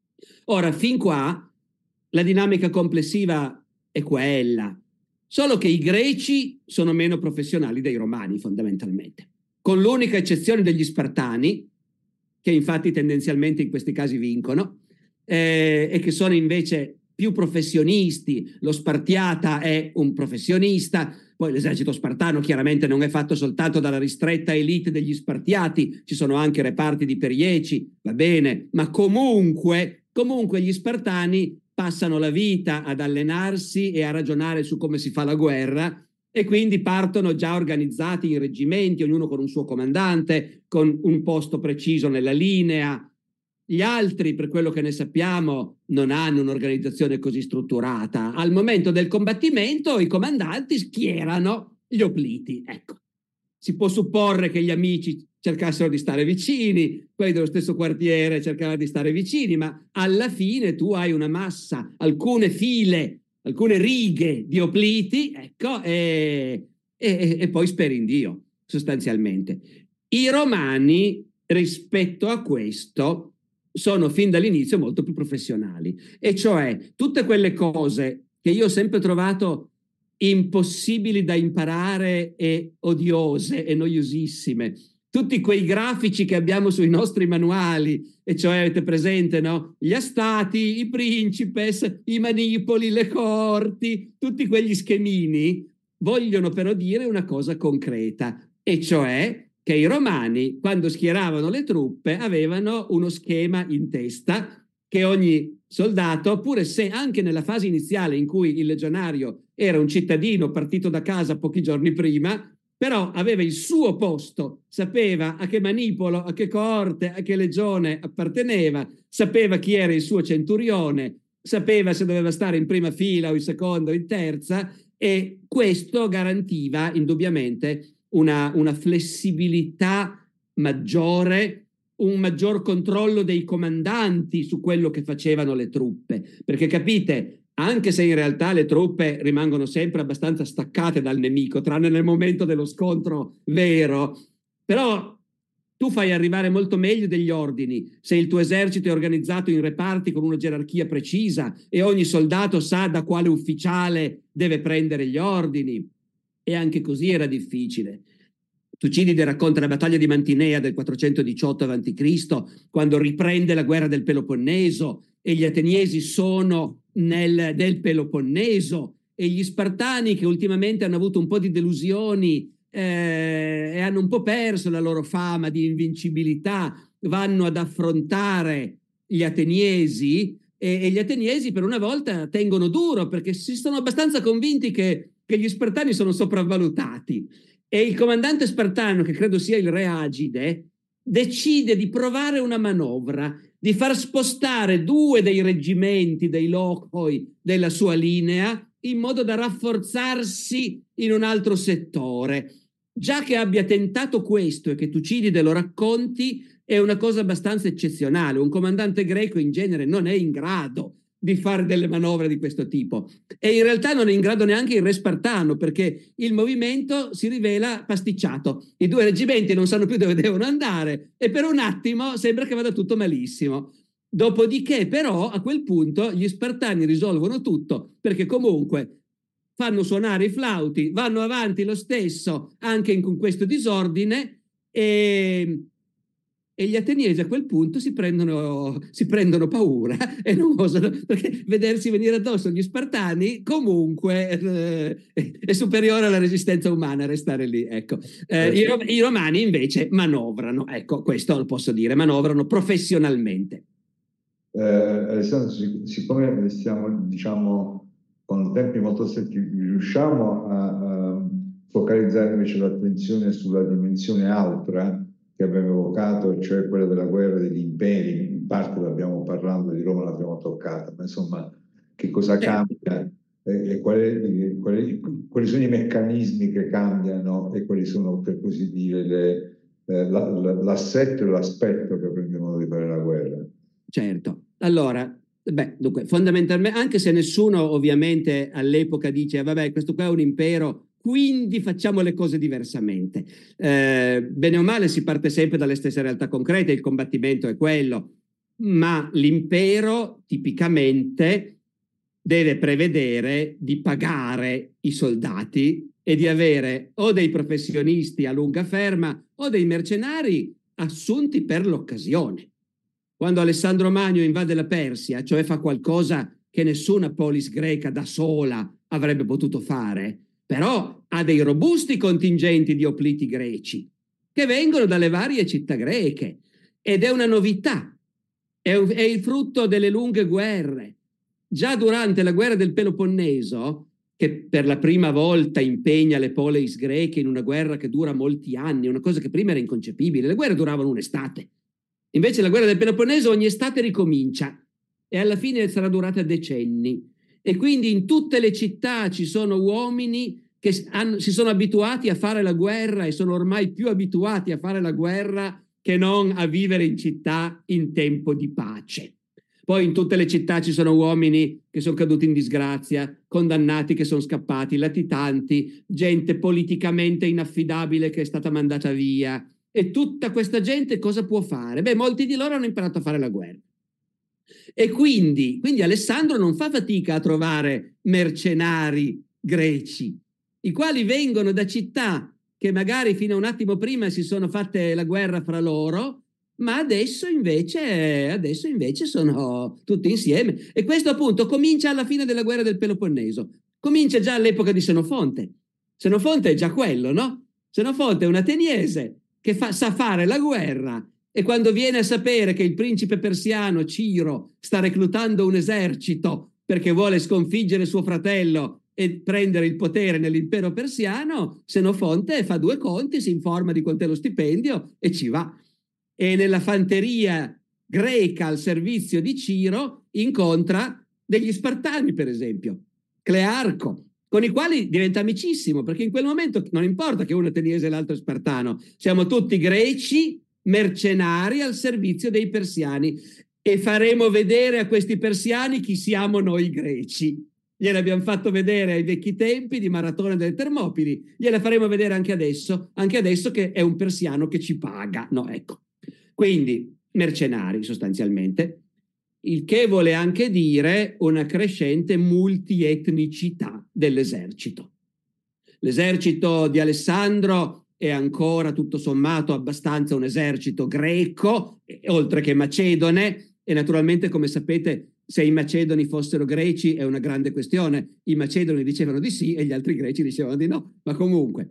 Ora, fin qua la dinamica complessiva è quella, solo che i greci sono meno professionali dei romani, fondamentalmente, con l'unica eccezione degli spartani, che infatti tendenzialmente in questi casi vincono, eh, e che sono invece più professionisti. Lo Spartiata è un professionista, poi l'esercito spartano chiaramente non è fatto soltanto dalla ristretta elite degli Spartiati, ci sono anche reparti di Perieci, va bene, ma comunque, comunque gli spartani passano la vita ad allenarsi e a ragionare su come si fa la guerra, e quindi partono già organizzati in reggimenti, ognuno con un suo comandante, con un posto preciso nella linea. Gli altri, per quello che ne sappiamo, non hanno un'organizzazione così strutturata. Al momento del combattimento i comandanti schierano gli opliti. Ecco, si può supporre che gli amici cercassero di stare vicini, quelli dello stesso quartiere cercavano di stare vicini, ma alla fine tu hai una massa, alcune file, alcune righe di opliti, ecco, e, e, e poi speri in Dio, sostanzialmente. I romani, rispetto a questo, sono fin dall'inizio molto più professionali, e cioè tutte quelle cose che io ho sempre trovato impossibili da imparare e odiose e noiosissime, tutti quei grafici che abbiamo sui nostri manuali, e cioè avete presente, no? Gli astati, i principes, i manipoli, le coorti, tutti quegli schemini vogliono però dire una cosa concreta, e cioè che i romani, quando schieravano le truppe, avevano uno schema in testa che ogni soldato, pure se anche nella fase iniziale in cui il legionario era un cittadino partito da casa pochi giorni prima, però aveva il suo posto, sapeva a che manipolo, a che coorte, a che legione apparteneva, sapeva chi era il suo centurione, sapeva se doveva stare in prima fila o in seconda o in terza, e questo garantiva indubbiamente una, una flessibilità maggiore, un maggior controllo dei comandanti su quello che facevano le truppe, perché capite, anche se in realtà le truppe rimangono sempre abbastanza staccate dal nemico, tranne nel momento dello scontro vero, però tu fai arrivare molto meglio degli ordini se il tuo esercito è organizzato in reparti con una gerarchia precisa e ogni soldato sa da quale ufficiale deve prendere gli ordini, e anche così era difficile. Tucidide racconta la battaglia di Mantinea del quattrocentodiciotto avanti Cristo, quando riprende la guerra del Peloponneso e gli ateniesi sono nel, nel Peloponneso, e gli spartani, che ultimamente hanno avuto un po' di delusioni eh, e hanno un po' perso la loro fama di invincibilità, vanno ad affrontare gli ateniesi, e, e gli ateniesi per una volta tengono duro, perché si sono abbastanza convinti che, che gli spartani sono sopravvalutati. E il comandante spartano, che credo sia il re Agide, decide di provare una manovra, di far spostare due dei reggimenti, dei lochoi della sua linea, in modo da rafforzarsi in un altro settore. Già che abbia tentato questo e che Tucidide lo racconti è una cosa abbastanza eccezionale. Un comandante greco in genere non è in grado di fare delle manovre di questo tipo, e in realtà non è in grado neanche il re spartano, perché il movimento si rivela pasticciato, i due reggimenti non sanno più dove devono andare e per un attimo sembra che vada tutto malissimo. Dopodiché però a quel punto gli spartani risolvono tutto, perché comunque fanno suonare i flauti, vanno avanti lo stesso anche in, con questo disordine, e E gli ateniesi a quel punto si prendono, si prendono paura e non osano, perché vedersi venire addosso gli spartani comunque eh, è superiore alla resistenza umana restare lì. Ecco. Eh, i, I romani invece manovrano, ecco, questo lo posso dire, manovrano professionalmente. Eh, Alessandro, sic- siccome stiamo, diciamo, con tempi molto stretti, riusciamo a, a focalizzare invece l'attenzione sulla dimensione altra, che abbiamo evocato, cioè quella della guerra degli imperi. In parte l'abbiamo parlando di Roma, l'abbiamo toccata, ma insomma, che cosa cambia e, e quali, quali, quali sono i meccanismi che cambiano e quali sono, per così dire, le, eh, la, la, l'assetto e l'aspetto che prendono di fare la guerra. Certo. Allora, beh, dunque, fondamentalmente, anche se nessuno ovviamente all'epoca dice, vabbè, questo qua è un impero, quindi facciamo le cose diversamente. Eh, bene o male si parte sempre dalle stesse realtà concrete, il combattimento è quello, ma l'impero tipicamente deve prevedere di pagare i soldati e di avere o dei professionisti a lunga ferma o dei mercenari assunti per l'occasione. Quando Alessandro Magno invade la Persia, cioè fa qualcosa che nessuna polis greca da sola avrebbe potuto fare, però ha dei robusti contingenti di opliti greci che vengono dalle varie città greche ed è una novità, è, un, è il frutto delle lunghe guerre. Già durante la guerra del Peloponneso, che per la prima volta impegna le poleis greche in una guerra che dura molti anni, una cosa che prima era inconcepibile, le guerre duravano un'estate. Invece la guerra del Peloponneso ogni estate ricomincia e alla fine sarà durata decenni. E quindi in tutte le città ci sono uomini che hanno, si sono abituati a fare la guerra e sono ormai più abituati a fare la guerra che non a vivere in città in tempo di pace. Poi in tutte le città ci sono uomini che sono caduti in disgrazia, condannati che sono scappati, latitanti, gente politicamente inaffidabile che è stata mandata via. E tutta questa gente cosa può fare? Beh, molti di loro hanno imparato a fare la guerra. E quindi, quindi Alessandro non fa fatica a trovare mercenari greci, i quali vengono da città che magari fino a un attimo prima si sono fatte la guerra fra loro, ma adesso invece, adesso invece sono tutti insieme. E questo appunto comincia alla fine della guerra del Peloponneso. Comincia già all'epoca di Senofonte. Senofonte è già quello, no? Senofonte è un ateniese che fa, sa fare la guerra e quando viene a sapere che il principe persiano Ciro sta reclutando un esercito perché vuole sconfiggere suo fratello e prendere il potere nell'impero persiano, Senofonte fa due conti, si informa di quant'è lo stipendio e ci va. E nella fanteria greca al servizio di Ciro incontra degli Spartani, per esempio, Clearco, con i quali diventa amicissimo, perché in quel momento non importa che uno è ateniese e l'altro è spartano, siamo tutti greci, mercenari al servizio dei persiani e faremo vedere a questi persiani chi siamo noi greci. Gliel'abbiamo fatto vedere ai vecchi tempi di Maratone delle Termopili, gliela faremo vedere anche adesso, anche adesso che è un persiano che ci paga. No, ecco. Quindi mercenari sostanzialmente, il che vuole anche dire una crescente multietnicità dell'esercito. L'esercito di Alessandro è ancora tutto sommato abbastanza un esercito greco, oltre che macedone, e naturalmente, come sapete, se i macedoni fossero greci è una grande questione. I macedoni dicevano di sì e gli altri greci dicevano di no, ma comunque.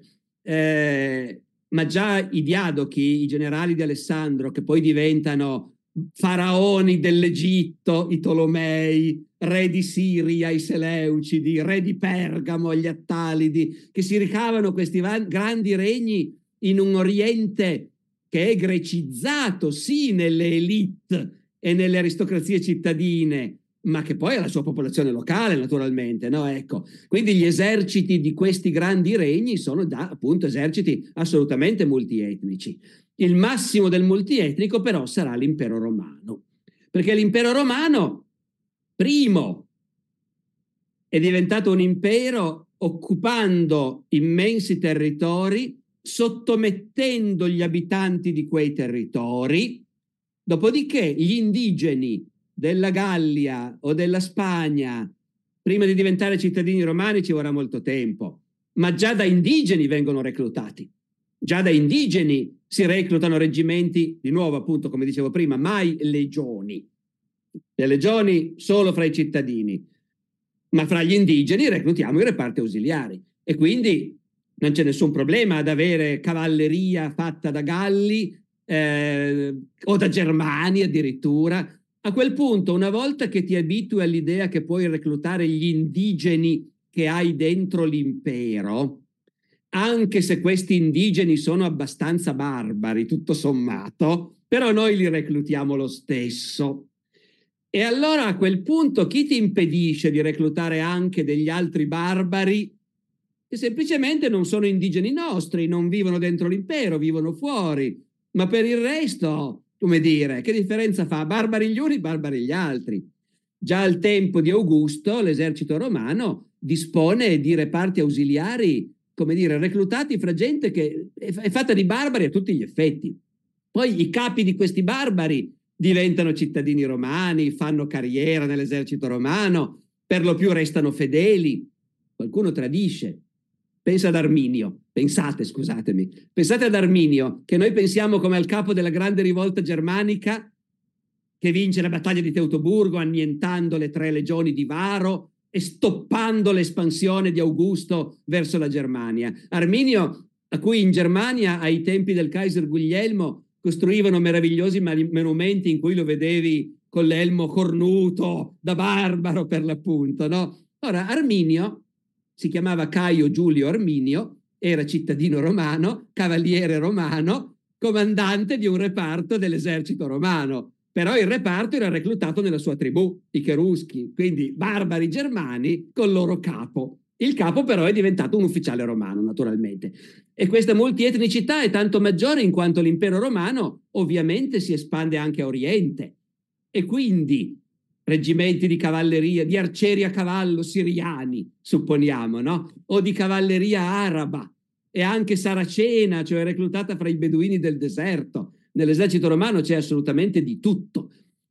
Eh, ma già i diadochi, i generali di Alessandro, che poi diventano faraoni dell'Egitto, i Tolomei, re di Siria, i Seleucidi, re di Pergamo, gli Attalidi, che si ricavano questi grandi regni in un Oriente che è grecizzato, sì, nelle elite e nelle aristocrazie cittadine, ma che poi ha la sua popolazione locale, naturalmente, no? Ecco. Quindi gli eserciti di questi grandi regni sono da, appunto, eserciti assolutamente multietnici. Il massimo del multietnico però sarà l'impero romano, perché l'impero romano, primo, è diventato un impero occupando immensi territori, sottomettendo gli abitanti di quei territori, dopodiché gli indigeni della Gallia o della Spagna, prima di diventare cittadini romani ci vorrà molto tempo, ma già da indigeni vengono reclutati. Già da indigeni si reclutano reggimenti, di nuovo appunto come dicevo prima, mai legioni. Le legioni solo fra i cittadini, ma fra gli indigeni reclutiamo i reparti ausiliari e quindi non c'è nessun problema ad avere cavalleria fatta da Galli eh, o da Germani addirittura. A quel punto, una volta che ti abitui all'idea che puoi reclutare gli indigeni che hai dentro l'impero, anche se questi indigeni sono abbastanza barbari, tutto sommato, però noi li reclutiamo lo stesso. E allora a quel punto chi ti impedisce di reclutare anche degli altri barbari che semplicemente non sono indigeni nostri, non vivono dentro l'impero, vivono fuori, ma per il resto, come dire, che differenza fa? Barbari gli uni, barbari gli altri. Già al tempo di Augusto l'esercito romano dispone di reparti ausiliari, come dire, reclutati fra gente che è fatta di barbari a tutti gli effetti. Poi i capi di questi barbari diventano cittadini romani, fanno carriera nell'esercito romano, per lo più restano fedeli, qualcuno tradisce. Pensa ad Arminio, pensate, scusatemi, pensate ad Arminio, che noi pensiamo come al capo della grande rivolta germanica, che vince la battaglia di Teutoburgo annientando le tre legioni di Varo e stoppando l'espansione di Augusto verso la Germania. Arminio, a cui in Germania, ai tempi del Kaiser Guglielmo, costruivano meravigliosi monumenti in cui lo vedevi con l'elmo cornuto, da barbaro per l'appunto, no? Ora, Arminio si chiamava Caio Giulio Arminio, era cittadino romano, cavaliere romano, comandante di un reparto dell'esercito romano. Però il reparto era reclutato nella sua tribù, i Cheruschi, quindi barbari germani col loro capo. Il capo però è diventato un ufficiale romano, naturalmente. E questa multietnicità è tanto maggiore in quanto l'impero romano ovviamente si espande anche a Oriente. E quindi reggimenti di cavalleria, di arcieri a cavallo siriani, supponiamo, no? O di cavalleria araba, e anche saracena, cioè reclutata fra i beduini del deserto. Nell'esercito romano c'è assolutamente di tutto.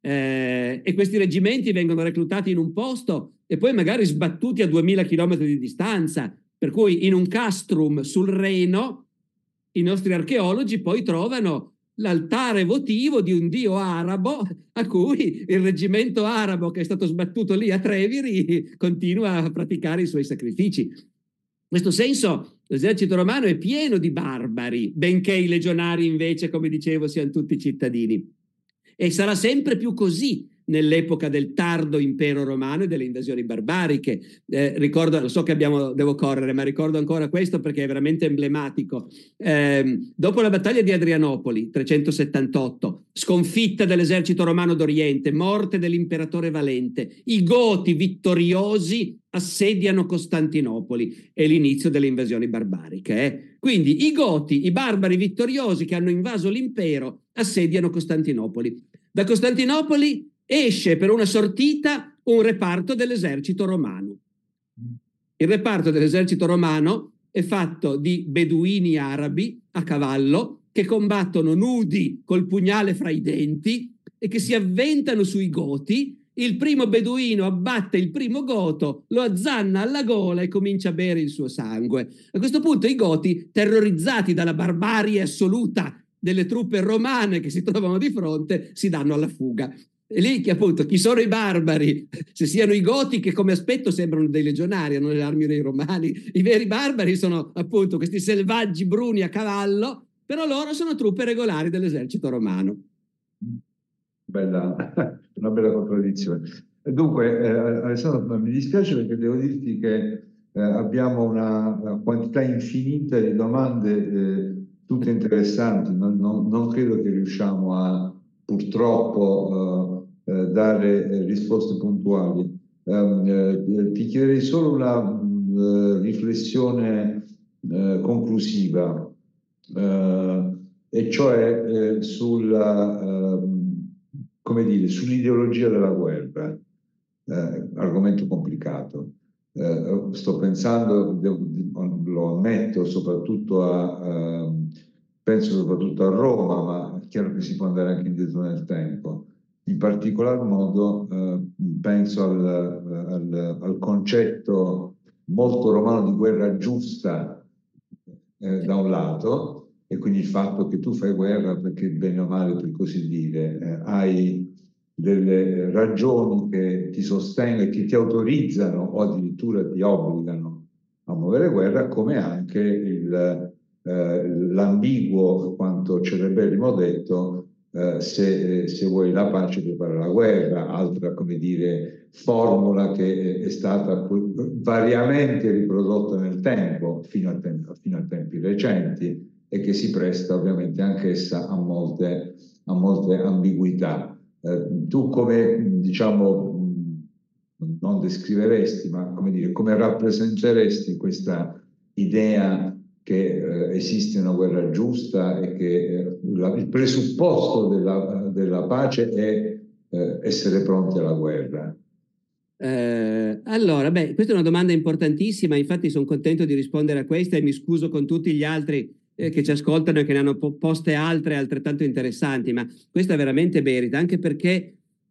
Eh, e questi reggimenti vengono reclutati in un posto e poi magari sbattuti a duemila chilometri di distanza, per cui in un castrum sul Reno i nostri archeologi poi trovano l'altare votivo di un dio arabo a cui il reggimento arabo che è stato sbattuto lì a Treviri continua a praticare i suoi sacrifici. In questo senso l'esercito romano è pieno di barbari, benché i legionari invece, come dicevo, siano tutti cittadini. E sarà sempre più così nell'epoca del tardo impero romano e delle invasioni barbariche. Eh, ricordo, lo so che abbiamo, devo correre, ma ricordo ancora questo perché è veramente emblematico. Eh, dopo la battaglia di Adrianopoli, trecentosettantotto, sconfitta dell'esercito romano d'Oriente, morte dell'imperatore Valente, i Goti vittoriosi assediano Costantinopoli e l'inizio delle invasioni barbariche. Eh. Quindi i Goti, i barbari vittoriosi che hanno invaso l'impero, assediano Costantinopoli. Da Costantinopoli esce per una sortita un reparto dell'esercito romano. Il reparto dell'esercito romano è fatto di beduini arabi a cavallo che combattono nudi col pugnale fra i denti e che si avventano sui Goti. Il primo beduino abbatte il primo goto, lo azzanna alla gola e comincia a bere il suo sangue. A questo punto i Goti, terrorizzati dalla barbarie assoluta delle truppe romane che si trovano di fronte, si danno alla fuga. E lì che appunto chi sono i barbari, se siano i Goti che come aspetto sembrano dei legionari, hanno le armi dei romani, i veri barbari sono appunto questi selvaggi bruni a cavallo, però loro sono truppe regolari dell'esercito romano. Bella, una bella contraddizione. Dunque, eh, Alessandro, mi dispiace perché devo dirti che eh, abbiamo una, una quantità infinita di domande, eh, tutte interessanti. Non, non, non credo che riusciamo a, purtroppo, eh, eh, dare risposte puntuali. Eh, eh, ti chiederei solo una uh, riflessione uh, conclusiva, uh, e cioè eh, sulla... Uh, come dire, sull'ideologia della guerra, eh, argomento complicato. Eh, sto pensando, lo ammetto, soprattutto a, a, penso soprattutto a Roma, ma è chiaro che si può andare anche indietro nel tempo. In particolar modo eh, penso al, al, al concetto molto romano di guerra giusta eh, da un lato, e quindi il fatto che tu fai guerra perché bene o male, per così dire, eh, hai delle ragioni che ti sostengono e che ti autorizzano o addirittura ti obbligano a muovere guerra, come anche il, eh, l'ambiguo quanto cereberrimo detto eh, se, se vuoi la pace prepara la guerra, altra, come dire, formula che è stata variamente riprodotta nel tempo fino a tempi, fino a tempi recenti e che si presta ovviamente anch'essa a molte, a molte ambiguità. Eh, tu come, diciamo, non descriveresti, ma come dire, come rappresenteresti questa idea che eh, esiste una guerra giusta e che eh, la, il presupposto della, della pace è eh, essere pronti alla guerra? Eh, allora, beh, questa è una domanda importantissima, infatti sono contento di rispondere a questa e mi scuso con tutti gli altri eh, che ci ascoltano e che ne hanno po- poste altre altrettanto interessanti, ma questa veramente merita, anche perché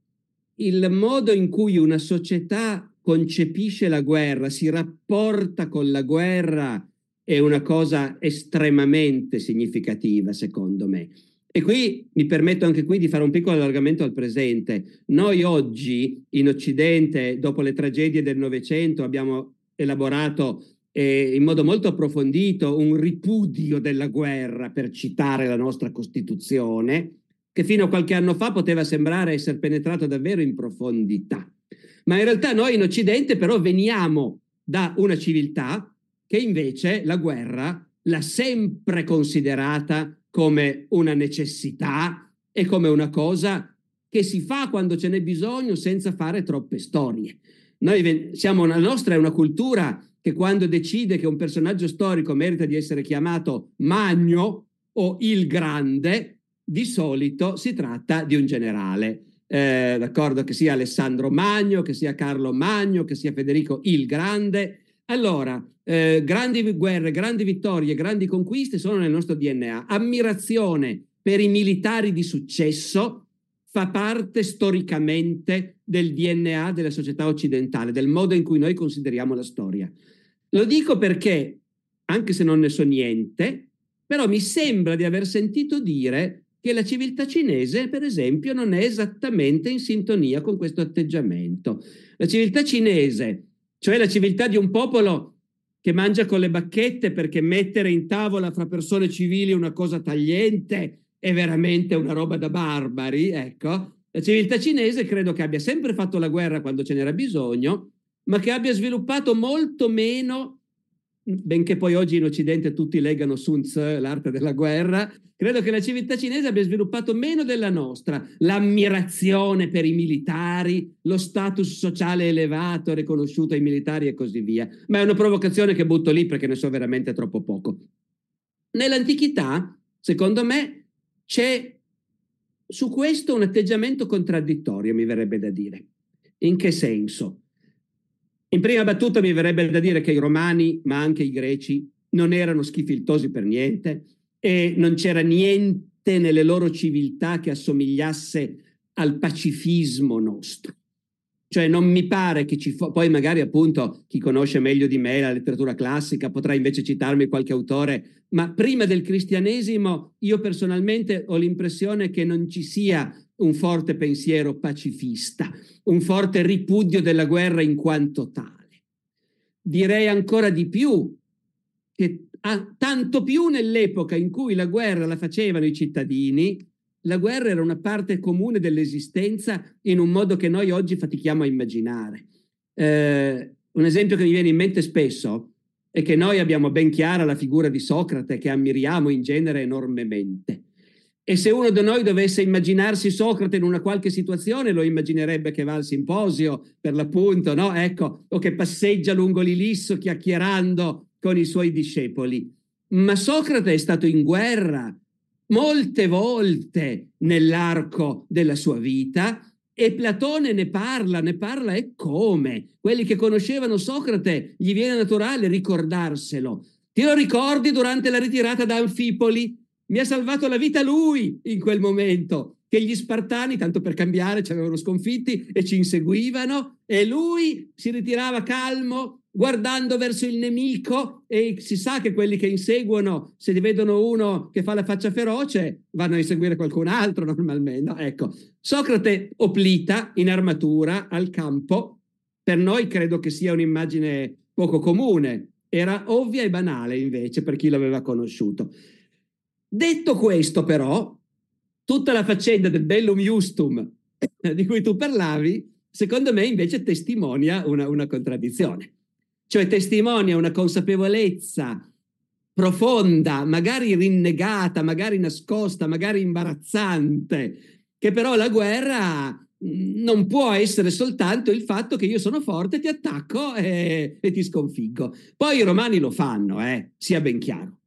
il modo in cui una società concepisce la guerra, si rapporta con la guerra, è una cosa estremamente significativa, secondo me. E qui mi permetto anche qui di fare un piccolo allargamento al presente. Noi oggi in Occidente, dopo le tragedie del Novecento, abbiamo elaborato eh, in modo molto approfondito un ripudio della guerra, per citare la nostra Costituzione, che fino a qualche anno fa poteva sembrare essere penetrato davvero in profondità. Ma in realtà noi in Occidente però veniamo da una civiltà che invece la guerra l'ha sempre considerata come una necessità e come una cosa che si fa quando ce n'è bisogno senza fare troppe storie. Noi siamo, la nostra è una cultura che quando decide che un personaggio storico merita di essere chiamato Magno o il Grande, di solito si tratta di un generale, eh, d'accordo, che sia Alessandro Magno, che sia Carlo Magno, che sia Federico il Grande. Allora, eh, grandi guerre, grandi vittorie, grandi conquiste sono nel nostro D N A. Ammirazione per i militari di successo fa parte storicamente del D N A della società occidentale, del modo in cui noi consideriamo la storia. Lo dico perché, anche se non ne so niente, però mi sembra di aver sentito dire che la civiltà cinese, per esempio, non è esattamente in sintonia con questo atteggiamento. La civiltà cinese, cioè la civiltà di un popolo che mangia con le bacchette perché mettere in tavola fra persone civili una cosa tagliente è veramente una roba da barbari, ecco. La civiltà cinese credo che abbia sempre fatto la guerra quando ce n'era bisogno, ma che abbia sviluppato molto meno, benché poi oggi in Occidente tutti leggano Sun Tzu, l'arte della guerra, credo che la civiltà cinese abbia sviluppato meno della nostra, l'ammirazione per i militari, lo status sociale elevato riconosciuto ai militari e così via. Ma è una provocazione che butto lì perché ne so veramente troppo poco. Nell'antichità, secondo me, c'è su questo un atteggiamento contraddittorio, mi verrebbe da dire. In che senso? In prima battuta mi verrebbe da dire che i romani, ma anche i greci, non erano schifiltosi per niente e non c'era niente nelle loro civiltà che assomigliasse al pacifismo nostro. Cioè non mi pare che ci fosse, poi magari appunto chi conosce meglio di me la letteratura classica potrà invece citarmi qualche autore, ma prima del cristianesimo io personalmente ho l'impressione che non ci sia un forte pensiero pacifista, un forte ripudio della guerra in quanto tale. Direi ancora di più, che ah, tanto più nell'epoca in cui la guerra la facevano i cittadini, la guerra era una parte comune dell'esistenza in un modo che noi oggi fatichiamo a immaginare. Eh, un esempio che mi viene in mente spesso è che noi abbiamo ben chiara la figura di Socrate, che ammiriamo in genere enormemente. E se uno di noi dovesse immaginarsi Socrate in una qualche situazione, lo immaginerebbe che va al simposio, per l'appunto, no? Ecco, o che passeggia lungo l'Ilisso chiacchierando con i suoi discepoli. Ma Socrate è stato in guerra molte volte nell'arco della sua vita e Platone ne parla, ne parla e come. Quelli che conoscevano Socrate gli viene naturale ricordarselo. Ti lo ricordi durante la ritirata da Anfipoli? Mi ha salvato la vita lui in quel momento, che gli Spartani, tanto per cambiare, ci avevano sconfitti e ci inseguivano, e lui si ritirava calmo, guardando verso il nemico, e si sa che quelli che inseguono, se vedono uno che fa la faccia feroce, vanno a inseguire qualcun altro normalmente. No? Ecco, Socrate oplita in armatura al campo, per noi credo che sia un'immagine poco comune, era ovvia e banale invece per chi l'aveva conosciuto. Detto questo però, tutta la faccenda del bellum iustum di cui tu parlavi, secondo me invece testimonia una, una contraddizione. Cioè testimonia una consapevolezza profonda, magari rinnegata, magari nascosta, magari imbarazzante, che però la guerra non può essere soltanto il fatto che io sono forte, ti attacco e, e ti sconfiggo. Poi i romani lo fanno, eh, sia ben chiaro,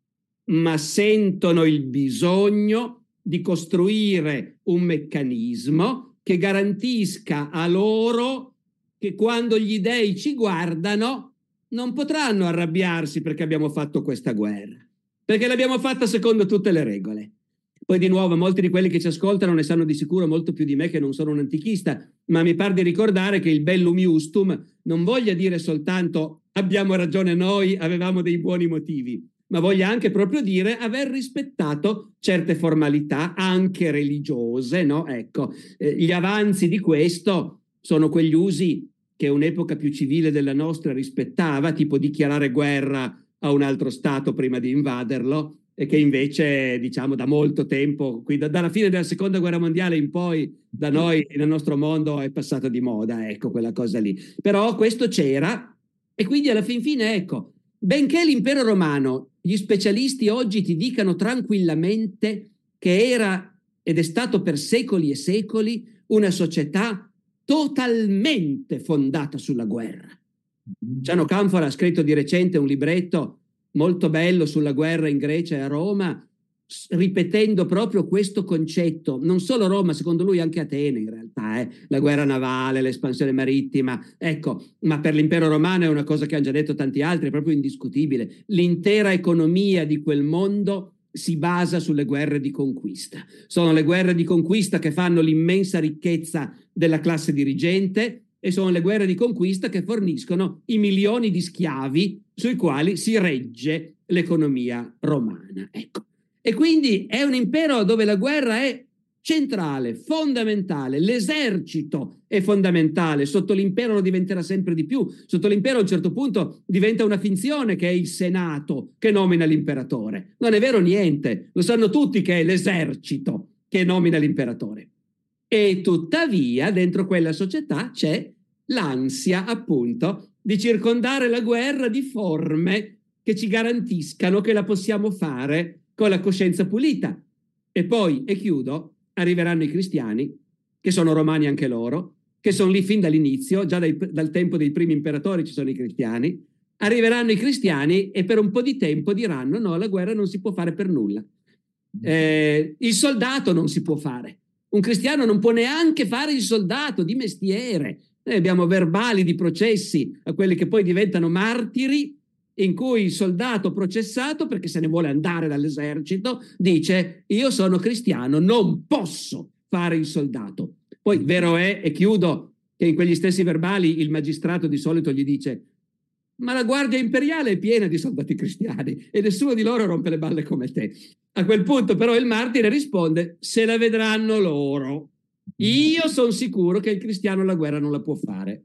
ma sentono il bisogno di costruire un meccanismo che garantisca a loro che quando gli dei ci guardano non potranno arrabbiarsi perché abbiamo fatto questa guerra, perché l'abbiamo fatta secondo tutte le regole. Poi di nuovo molti di quelli che ci ascoltano ne sanno di sicuro molto più di me, che non sono un antichista, ma mi par di ricordare che il bellum iustum non voglia dire soltanto abbiamo ragione noi, avevamo dei buoni motivi, ma voglia anche proprio dire aver rispettato certe formalità anche religiose, no? Ecco, eh, gli avanzi di questo sono quegli usi che un'epoca più civile della nostra rispettava, tipo dichiarare guerra a un altro stato prima di invaderlo, e che invece, diciamo, da molto tempo, qui da, dalla fine della seconda guerra mondiale in poi, da noi nel nostro mondo è passata di moda, ecco, quella cosa lì. Però questo c'era, e quindi alla fin fine, ecco, benché l'impero romano, gli specialisti oggi ti dicano tranquillamente che era ed è stato per secoli e secoli una società totalmente fondata sulla guerra. Giano Canfora ha scritto di recente un libretto molto bello sulla guerra in Grecia e a Roma, ripetendo proprio questo concetto. Non solo Roma, secondo lui anche Atene in realtà, eh? La guerra navale, l'espansione marittima, ecco, ma per l'impero romano è una cosa che hanno già detto tanti altri, è proprio indiscutibile. L'intera economia di quel mondo si basa sulle guerre di conquista. Sono le guerre di conquista che fanno l'immensa ricchezza della classe dirigente e sono le guerre di conquista che forniscono i milioni di schiavi sui quali si regge l'economia romana. Ecco. E quindi è un impero dove la guerra è centrale, fondamentale, l'esercito è fondamentale, sotto l'impero lo diventerà sempre di più, sotto l'impero a un certo punto diventa una finzione che è il Senato che nomina l'imperatore. Non è vero niente, lo sanno tutti che è l'esercito che nomina l'imperatore. E tuttavia dentro quella società c'è l'ansia appunto di circondare la guerra di forme che ci garantiscano che la possiamo fare con la coscienza pulita. E poi, e chiudo, arriveranno i cristiani, che sono romani anche loro, che sono lì fin dall'inizio, già dai, dal tempo dei primi imperatori ci sono i cristiani, arriveranno i cristiani e per un po' di tempo diranno no, la guerra non si può fare per nulla. Eh, il soldato non si può fare. Un cristiano non può neanche fare il soldato di mestiere. Noi abbiamo verbali di processi a quelli che poi diventano martiri, in cui il soldato processato, perché se ne vuole andare dall'esercito, dice io sono cristiano, non posso fare il soldato. Poi vero è, e chiudo, che in quegli stessi verbali il magistrato di solito gli dice ma la guardia imperiale è piena di soldati cristiani e nessuno di loro rompe le balle come te. A quel punto però il martire risponde se la vedranno loro. Io sono sicuro che il cristiano la guerra non la può fare.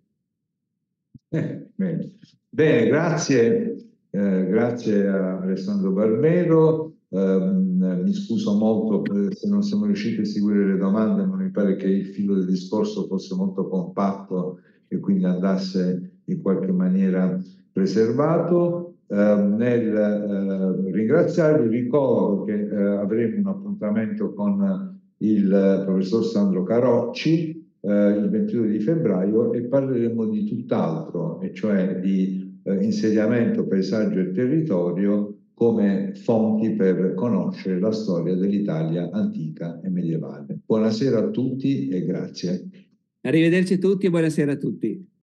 Eh, bene. Bene, grazie, eh, grazie a Alessandro Barbero. Eh, mi scuso molto se non siamo riusciti a seguire le domande, ma mi pare che il filo del discorso fosse molto compatto e quindi andasse in qualche maniera preservato. Eh, nel eh, ringraziarvi ricordo che eh, avremo un appuntamento con il professor Sandro Carocci eh, il ventidue di febbraio e parleremo di tutt'altro, e cioè di eh, insediamento, paesaggio e territorio come fonti per conoscere la storia dell'Italia antica e medievale. Buonasera a tutti e grazie. Arrivederci a tutti e buonasera a tutti.